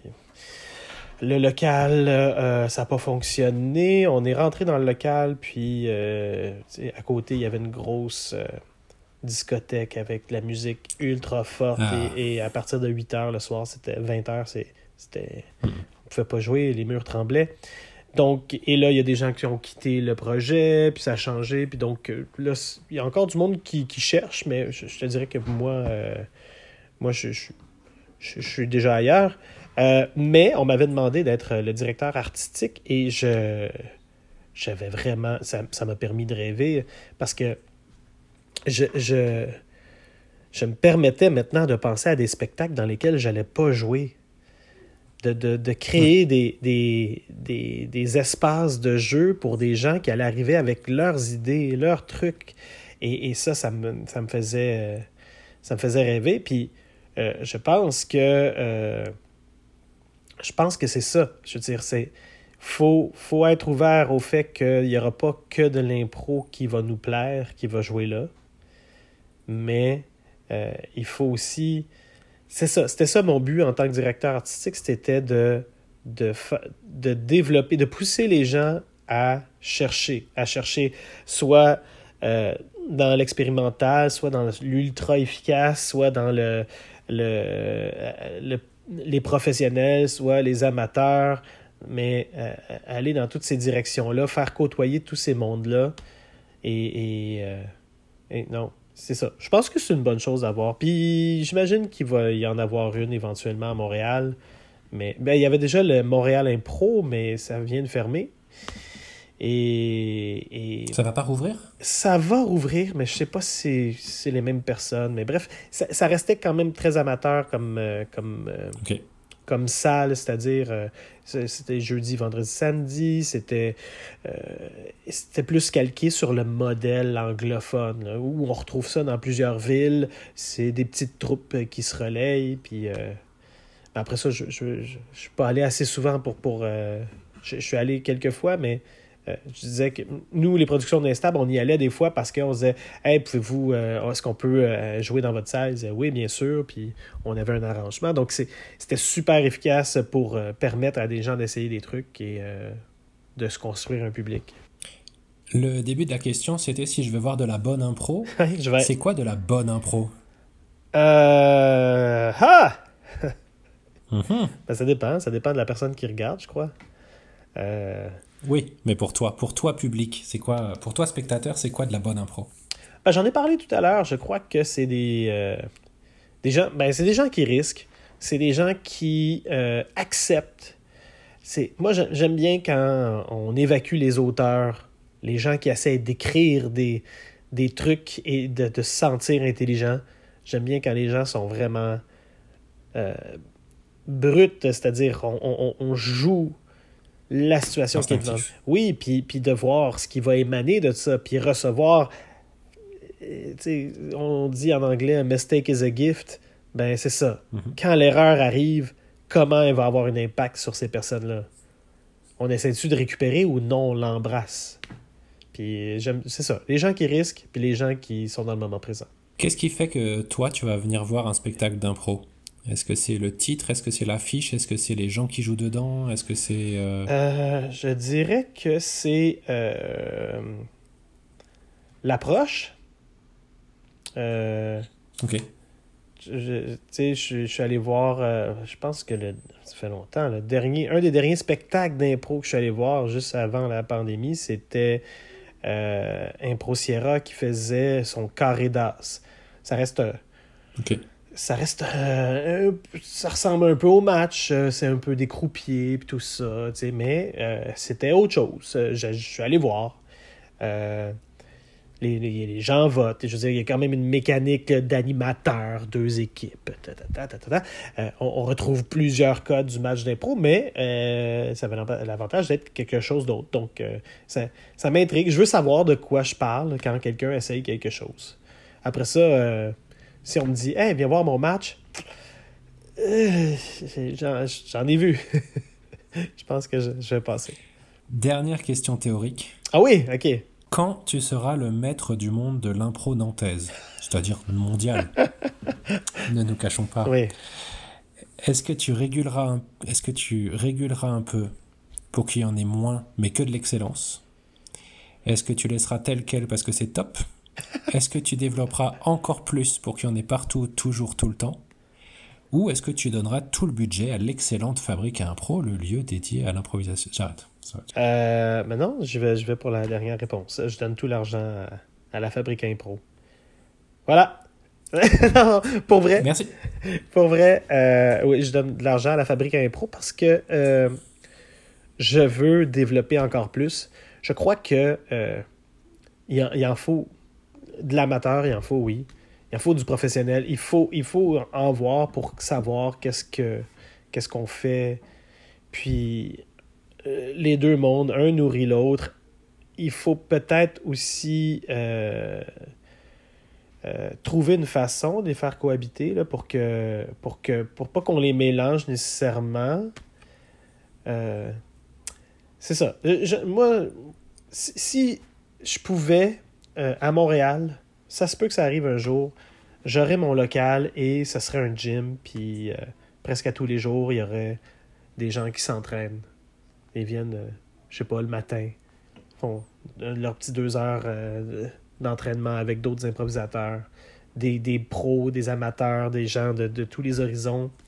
le local, euh, ça n'a pas fonctionné. On est rentré dans le local, puis euh, à côté, il y avait une grosse euh, discothèque avec de la musique ultra forte, ah. et, et à partir de huit heures le soir, c'était vingt heures, c'est, c'était, mm. on ne pouvait pas jouer, les murs tremblaient. Donc, et là, il y a des gens qui ont quitté le projet, puis ça a changé, puis donc là, il y a encore du monde qui, qui cherche, mais je, je te dirais que moi, euh, moi, je, je, je, je suis déjà ailleurs. Euh, mais on m'avait demandé d'être le directeur artistique et je, j'avais vraiment, ça, ça m'a permis de rêver parce que je, je, je me permettais maintenant de penser à des spectacles dans lesquels j'allais pas jouer. De, de, de créer des, des, des, des espaces de jeu pour des gens qui allaient arriver avec leurs idées, leurs trucs. Et, et ça, ça me, ça me faisait ça me faisait rêver. Puis euh, je pense que euh, je pense que c'est ça. Je veux dire, c'est faut, faut être ouvert au fait qu'il n'y aura pas que de l'impro qui va nous plaire, qui va jouer là. Mais euh, il faut aussi... C'est ça, c'était ça mon but en tant que directeur artistique, c'était de, de, fa- de développer, de pousser les gens à chercher, à chercher soit euh, dans l'expérimental, soit dans l'ultra efficace, soit dans le, le, le les professionnels, soit les amateurs, mais euh, aller dans toutes ces directions-là, faire côtoyer tous ces mondes-là. Et, et, euh, et non, c'est ça. Je pense que c'est une bonne chose à voir. Puis j'imagine qu'il va y en avoir une éventuellement à Montréal. Mais ben, il y avait déjà le Montréal Impro, mais ça vient de fermer. Et, et
Ça va pas rouvrir?
ça va rouvrir, mais je sais pas si c'est, c'est les mêmes personnes. Mais bref, ça, ça restait quand même très amateur comme, euh, comme, euh,
Ok.
comme salle, c'est-à-dire euh, c'était jeudi, vendredi, samedi, c'était, euh, c'était plus calqué sur le modèle anglophone, là, où on retrouve ça dans plusieurs villes. C'est des petites troupes qui se relayent, puis euh, après ça, je je, je, je suis pas allé assez souvent pour... pour euh, je, je suis allé quelques fois, mais euh, je disais que nous, les productions d'Instab, on y allait des fois parce qu'on disait « Hey, pouvez-vous, euh, est-ce qu'on peut euh, jouer dans votre salle? » Ils disaient « Oui, bien sûr. » Puis on avait un arrangement. Donc, c'est, c'était super efficace pour euh, permettre à des gens d'essayer des trucs et euh, de se construire un public.
Le début de la question, c'était si je veux voir de la bonne impro.
je vais...
C'est quoi de la bonne impro?
Euh... Ah!
Mm-hmm.
Ben, ça dépend. Ça dépend de la personne qui regarde, je crois. Euh...
Oui, mais pour toi, pour toi public, c'est quoi, pour toi spectateur, c'est quoi de la bonne impro?
Ben, j'en ai parlé tout à l'heure. Je crois que c'est des, euh, des gens. Ben, c'est des gens qui risquent. C'est des gens qui euh, acceptent. C'est... Moi, j'aime bien quand on évacue les auteurs, les gens qui essaient d'écrire des, des trucs et de, de se sentir intelligent. J'aime bien quand les gens sont vraiment euh, bruts, c'est-à-dire on, on, on joue la situation qui est devant. Oui, puis, puis de voir ce qui va émaner de ça, puis recevoir, on dit en anglais « a mistake is a gift », ben c'est ça. Mm-hmm. Quand l'erreur arrive, comment elle va avoir un impact sur ces personnes-là? On essaie-tu de récupérer ou non, on l'embrasse? Puis j'aime, c'est ça, les gens qui risquent, puis les gens qui sont dans le moment présent.
Qu'est-ce qui fait que toi, tu vas venir voir un spectacle d'impro? Est-ce que c'est le titre? Est-ce que c'est l'affiche? Est-ce que c'est les gens qui jouent dedans? Est-ce que c'est... Euh...
Euh, je dirais que c'est euh, l'approche. Euh,
ok.
Tu sais, je, je suis allé voir, euh, je pense que le, ça fait longtemps, le dernier, un des derniers spectacles d'impro que je suis allé voir juste avant la pandémie, c'était euh, Impro Sierra qui faisait son Carré d'As. Ça reste...
Ok.
Ça reste... Euh, un, ça ressemble un peu au match, euh, c'est un peu des croupiers et tout ça, tu sais, mais euh, c'était autre chose. Je, je suis allé voir. Euh, Les, les, les gens votent. Je veux dire, il y a quand même une mécanique d'animateur, deux équipes. Ta, ta, ta, ta, ta. Euh, on, on retrouve plusieurs codes du match d'impro, mais euh, ça avait l'avantage d'être quelque chose d'autre. Donc, euh, ça, ça m'intrigue. Je veux savoir de quoi je parle quand quelqu'un essaye quelque chose. Après ça, euh, si on me dit « Hey, viens voir mon match euh, », j'en, j'en ai vu. Je pense que je, je vais passer.
Dernière question théorique.
Ah oui? OK.
Quand tu seras le maître du monde de l'impro nantaise, c'est-à-dire mondial, ne nous cachons pas,
oui.
est-ce que tu réguleras un, est-ce que tu réguleras un peu pour qu'il y en ait moins, mais que de l'excellence? Est-ce que tu laisseras tel quel parce que c'est top? Est-ce que tu développeras encore plus pour qu'il y en ait partout, toujours, tout le temps? Ou est-ce que tu donneras tout le budget à l'excellente Fabrique à Impro, le lieu dédié à l'improvisation? J'arrête.
Euh, mais non, je vais, je vais pour la dernière réponse. Je donne tout l'argent à, à la Fabrique à Impro. Voilà. Non, pour vrai.
Merci.
Pour vrai, euh, oui, je donne de l'argent à la Fabrique à Impro parce que euh, je veux développer encore plus. Je crois que euh, il, en, il en faut de l'amateur, il en faut, oui. Il en faut du professionnel. Il faut, il faut en voir pour savoir qu'est-ce que qu'est-ce qu'on fait. Puis euh, les deux mondes, un nourrit l'autre. Il faut peut-être aussi euh, euh, trouver une façon de les faire cohabiter là, pour que pour que pour pas qu'on les mélange nécessairement. Euh, c'est ça. Je, je, moi, si, si je pouvais euh, à Montréal, ça se peut que ça arrive un jour, j'aurais mon local et ça serait un gym, puis euh, presque à tous les jours, il y aurait des gens qui s'entraînent. Ils viennent, euh, je sais pas, le matin, font leurs petits deux heures euh, d'entraînement avec d'autres improvisateurs, des, des pros, des amateurs, des gens de, de tous les horizons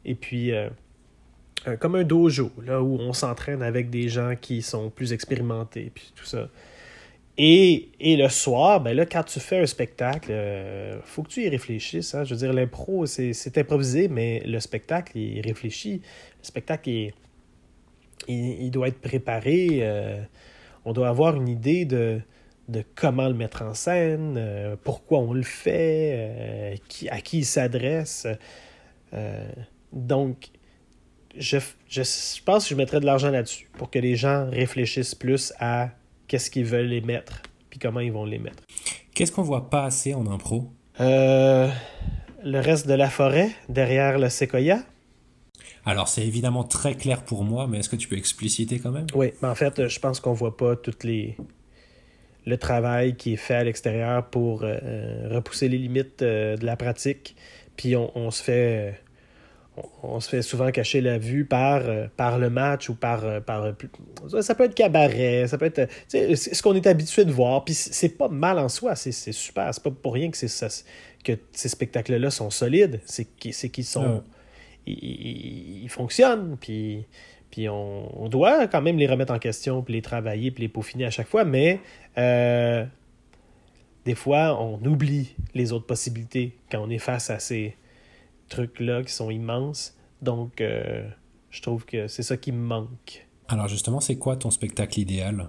et puis euh, un- comme un dojo, là où on s'entraîne avec des gens qui sont plus expérimentés, puis tout ça. Et, et le soir, ben là, quand tu fais un spectacle, euh, faut que tu y réfléchisses. Hein? Je veux dire, l'impro, c'est, c'est improvisé, mais le spectacle, il réfléchit. Le spectacle, il, il, il doit être préparé. Euh, on doit avoir une idée de, de comment le mettre en scène, euh, pourquoi on le fait, euh, qui, à qui il s'adresse. Euh, donc, je, je, je pense que je mettrais de l'argent là-dessus pour que les gens réfléchissent plus à qu'est-ce qu'ils veulent les mettre, puis comment ils vont les mettre.
Qu'est-ce qu'on voit pas assez en impro?
Euh, le reste de la forêt, derrière le séquoia.
Alors, c'est évidemment très clair pour moi, mais est-ce que tu peux expliciter quand même?
Oui, mais en fait, je pense qu'on voit pas toutes les le travail qui est fait à l'extérieur pour euh, repousser les limites euh, de la pratique. Puis on, on se fait on, on se fait souvent cacher la vue par, euh, par le match ou par, euh, par euh, ça peut être cabaret, ça peut être tu sais, c'est ce qu'on est habitué de voir. Puis c'est c'est pas mal en soi, c'est, c'est super. C'est pas pour rien que, c'est, ça, que ces spectacles-là sont solides. C'est, qu'ils- c'est qu'ils sont...
Ouais.
Ils, ils- ils fonctionnent, puis... Puis on, on doit quand même les remettre en question, puis les travailler, puis les peaufiner à chaque fois, mais euh, des fois, on oublie les autres possibilités quand on est face à ces trucs-là qui sont immenses. Donc, euh, je trouve que c'est ça qui me manque.
Alors justement, c'est quoi ton spectacle idéal?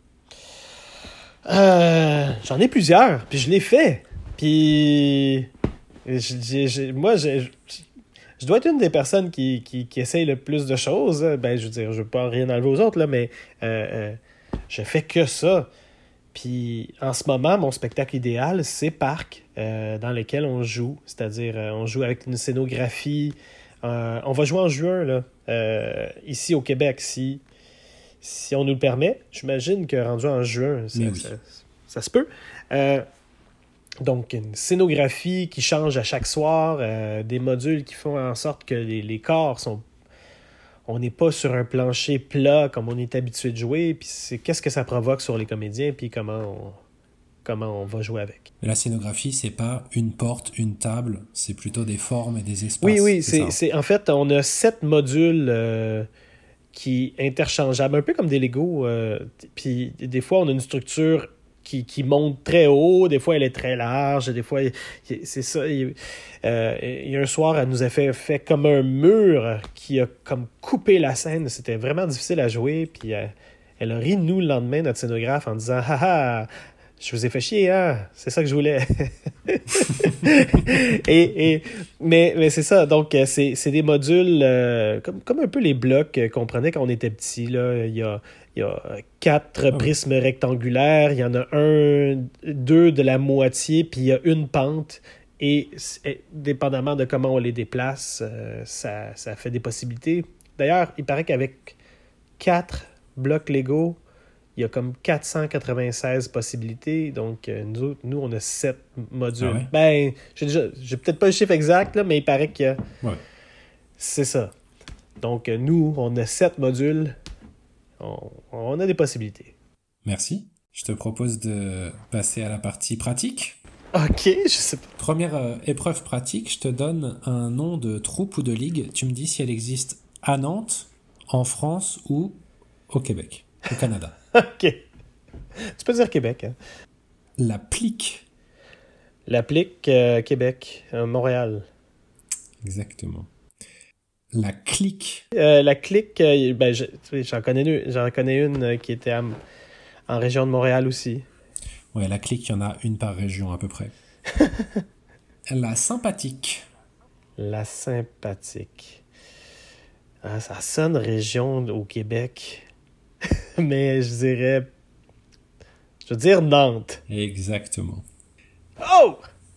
Euh, j'en ai plusieurs, puis je l'ai fait. Puis, j'ai, j'ai- moi, j'ai, je dois être une des personnes qui, qui, qui essaye le plus de choses. Ben, je veux dire, je veux pas rien enlever aux autres, là, mais euh, euh, je fais que ça. Puis en ce moment, mon spectacle idéal, c'est Parc, euh, dans lequel on joue. C'est-à-dire, euh, on joue avec une scénographie. Euh, on va jouer en juin, là, euh, ici au Québec, si, si on nous le permet. J'imagine que rendu en juin, ça,
Mais oui.
ça, ça se peut. Euh, donc, une scénographie qui change à chaque soir, euh, des modules qui font en sorte que les, les corps sont... On n'est pas sur un plancher plat comme on est habitué de jouer, puis c'est qu'est-ce que ça provoque sur les comédiens, puis comment on, comment on va jouer avec.
La scénographie, c'est pas une porte, une table, c'est plutôt des formes et des espaces.
Oui, oui,
c'est
c'est,
ça.
c'est en fait, on a sept modules euh, qui interchangeables, un peu comme des Lego. Euh, puis des fois, on a une structure qui, qui monte très haut, des fois, elle est très large, des fois, c'est ça. Il, euh, il y a un soir, elle nous a fait, fait comme un mur qui a comme coupé la scène. C'était vraiment difficile à jouer. Puis euh, elle a ri de nous le lendemain, notre scénographe, en disant « Ah ah, je vous ai fait chier, hein? C'est ça que je voulais. » et, et, mais, mais c'est ça. Donc, c'est, c'est des modules euh, comme, comme un peu les blocs qu'on prenait quand on était petit. Là. Il y a, il y a quatre
Ah oui.
prismes rectangulaires. Il y en a un, deux de la moitié, puis il y a une pente. Et, et dépendamment de comment on les déplace, euh, ça, ça fait des possibilités. D'ailleurs, il paraît qu'avec quatre blocs Lego, il y a comme quatre cent quatre-vingt-seize possibilités. Donc, euh, nous, nous, on a sept modules.
Ah ouais?
Ben, j'ai, déjà, j'ai peut-être pas le chiffre exact, là, mais il paraît que
Ouais.
c'est ça. Donc, euh, nous, on a sept modules. On, on a des possibilités.
Merci. Je te propose de passer à la partie pratique.
OK, je sais pas.
Première euh, épreuve pratique, je te donne un nom de troupe ou de ligue. Tu me dis si elle existe à Nantes, en France ou au Québec, au Canada.
OK. Tu peux dire Québec. Hein?
La Plique.
L'applique euh, Québec, euh, Montréal.
Exactement. La Clique.
Euh, la clique, euh, ben, je, tu sais, j'en, connais une, j'en connais une euh, qui était à, en région de Montréal aussi.
Ouais, la Clique, il y en a une par région à peu près. La Sympathique.
La sympathique. Ah, ça sonne région au Québec. Mais je dirais... Je veux dire Nantes.
Exactement.
Oh!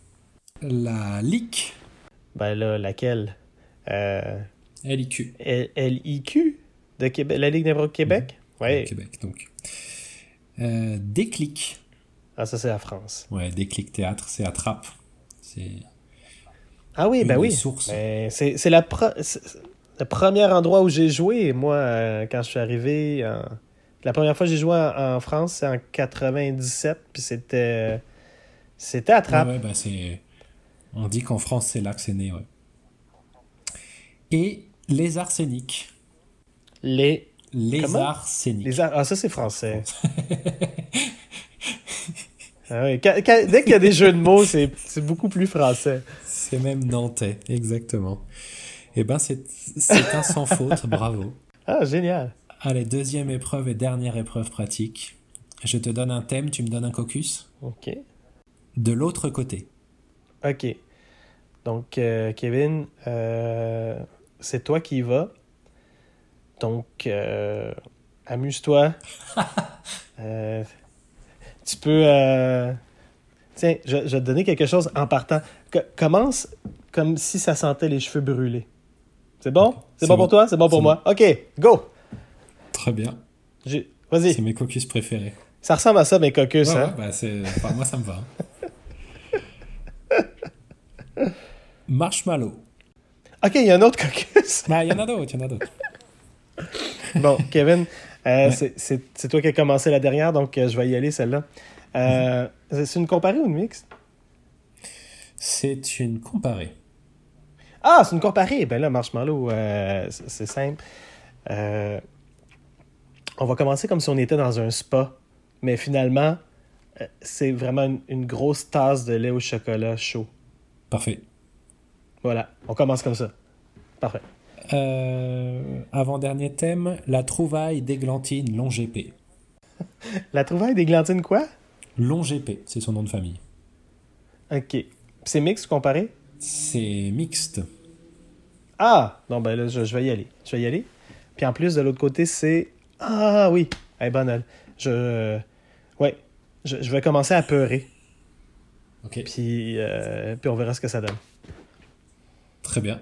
La Lique.
Ben là, laquelle? Euh,
L I Q.
L- L-I-Q? De Québec, la Ligue d'impro de Québec? Oui.
Au Québec, donc. Euh, Déclic.
Ah, ça, c'est la France.
Ouais, Déclic Théâtre, c'est à Trappes. C'est...
Ah oui,
Une
ben
des
oui.
sources.
Ben, c'est, c'est, la pro- c'est le premier endroit où j'ai joué, moi, euh, quand je suis arrivé. En... La première fois que j'ai joué en, en France, c'est en quatre-vingt-dix-sept, puis c'était, c'était à Trappes.
Ouais, ouais, bah c'est... On dit qu'en France, c'est là que c'est né, ouais. Et les arseniques.
Les...
Les
Comment?
arseniques.
Les ar- Ah, ça, c'est français. Ah oui, quand- quand- dès qu'il y a des jeux de mots, c'est, c'est beaucoup plus français.
C'est même nantais, exactement. Eh ben, c'est, c'est un sans faute, bravo.
Ah, génial.
Allez, deuxième épreuve et dernière épreuve pratique. Je te donne un thème, tu me donnes un caucus.
OK.
De l'autre côté.
OK. Donc, euh, Kevin, euh, c'est toi qui y vas. Donc, euh, amuse-toi. euh, tu peux... euh, Tiens, je, je vais te donner quelque chose en partant. Co- commence comme si ça sentait les cheveux brûlés. C'est bon? C'est,
C'est
bon,
bon.
pour toi? C'est bon pour
C'est
moi? OK, go!
Très bien.
J'ai- Vas-y.
C'est mes caucus préférés.
Ça ressemble à ça, mes caucus,
Ouais,
hein?
ouais, bah c'est... Enfin, moi, ça me va. Marshmallow.
OK, il y a un autre caucus.
Bah, il y en a d'autres, il y en a d'autres.
Bon, Kevin, euh,
Ouais.
c'est, c'est, c'est toi qui as commencé la dernière, donc euh, je vais y aller, celle-là. Euh, C'est une comparée ou une mixte?
C'est une comparée.
Ah, c'est une comparée! Ben là, Marshmallow, euh, c'est, c'est simple. Euh, on va commencer comme si on était dans un spa, mais finalement, euh, c'est vraiment une, une grosse tasse de lait au chocolat chaud.
Parfait.
Voilà, on commence comme ça. Parfait.
Euh, avant-dernier thème, la trouvaille d'Églantine Longépé.
La trouvaille d'églantine quoi?
Longépé, c'est son nom de famille.
OK. C'est mixte ou comparé?
C'est mixte.
Ah! Non, ben là, je, je vais y aller. Je vais y aller. Puis en plus, de l'autre côté, c'est... Ah oui! Elle est bonne, elle. Je... Ouais. Je, je vais commencer à peurer.
Ok.
Puis, euh, puis on verra ce que ça donne.
Très bien.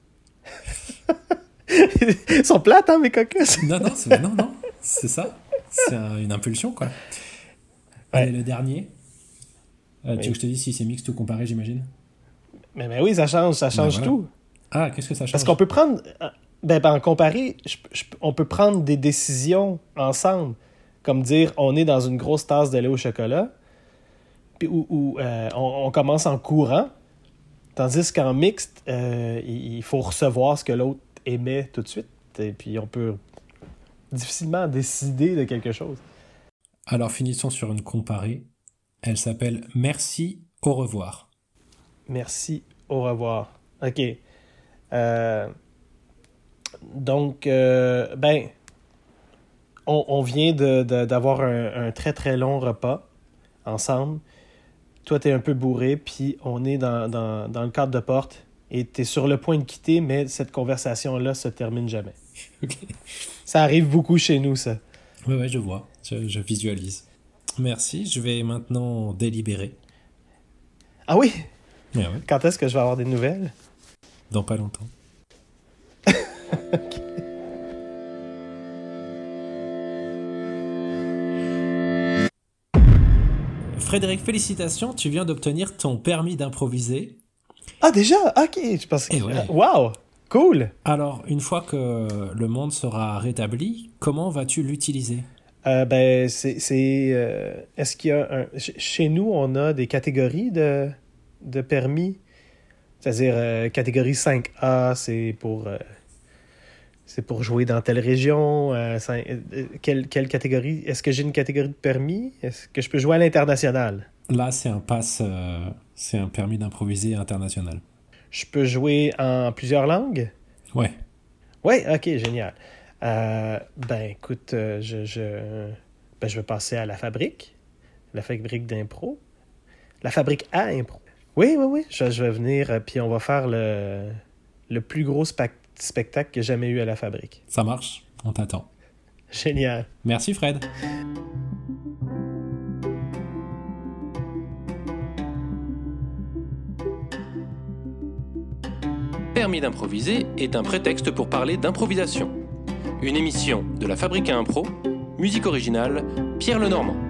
Ils sont plates, hein, mes caucus?
Non, non, c'est, non, non, c'est ça. C'est un- une impulsion, quoi. Allez, le dernier. Euh,
Oui.
Tu veux que je te dise si c'est mixte ou comparé, j'imagine?
Mais, mais oui, ça change. Ça change
Ben voilà.
tout.
Ah, qu'est-ce que ça change?
Parce qu'on peut prendre... Ben, ben en comparé, je- je- on peut prendre des décisions ensemble. Comme dire, on est dans une grosse tasse de lait au chocolat. Puis où, où, euh, on, on commence en courant. Tandis qu'en mixte, euh, il il faut recevoir ce que l'autre émet tout de suite. Et puis on peut difficilement décider de quelque chose.
Alors, finissons sur une comparée. Elle s'appelle Merci, au revoir.
Merci, au revoir. OK. Euh, donc, euh, ben, on, on vient de, de- d'avoir un, un très très long repas ensemble. Toi, t'es un peu bourré, puis on est dans, dans, dans le cadre de porte et t'es sur le point de quitter, mais cette conversation-là se termine jamais.
Ok.
Ça arrive beaucoup chez nous, ça.
Ouais, ouais, je vois. Je, je visualise. Merci. Je vais maintenant délibérer.
Ah oui?
Ouais, ouais.
Quand est-ce que je vais avoir des nouvelles?
Dans pas longtemps. Frédéric, félicitations, tu viens d'obtenir ton permis d'improviser.
Ah, déjà? OK. Je pense que...
Eh ouais.
Wow! Cool!
Alors, une fois que le monde sera rétabli, comment vas-tu l'utiliser?
Euh, ben, c'est... c'est, euh, est-ce qu'il y a un... ch- Chez nous, on a des catégories de, de permis. C'est-à-dire, euh, catégorie cinq A, c'est pour... euh, c'est pour jouer dans telle région. euh, cin- euh, quelle, quelle catégorie? Est-ce que j'ai une catégorie de permis? Est-ce que je peux jouer à l'international?
Là, c'est un pass, euh, c'est un permis d'improviser international.
Je peux jouer en plusieurs langues?
Ouais.
Oui, ok, génial. Euh, ben, écoute, euh, je, je, ben, je vais passer à la fabrique. La fabrique d'impro. La fabrique à impro. Oui, oui, oui. Je, je vais venir, euh, puis on va faire le, le plus gros spa- spectacle que j'ai jamais eu à la fabrique.
Ça marche, on t'attend.
Génial.
Merci Fred.
Permis d'improviser est un prétexte pour parler d'improvisation. Une émission de la Fabrique à Impro, musique originale, Pierre Lenormand.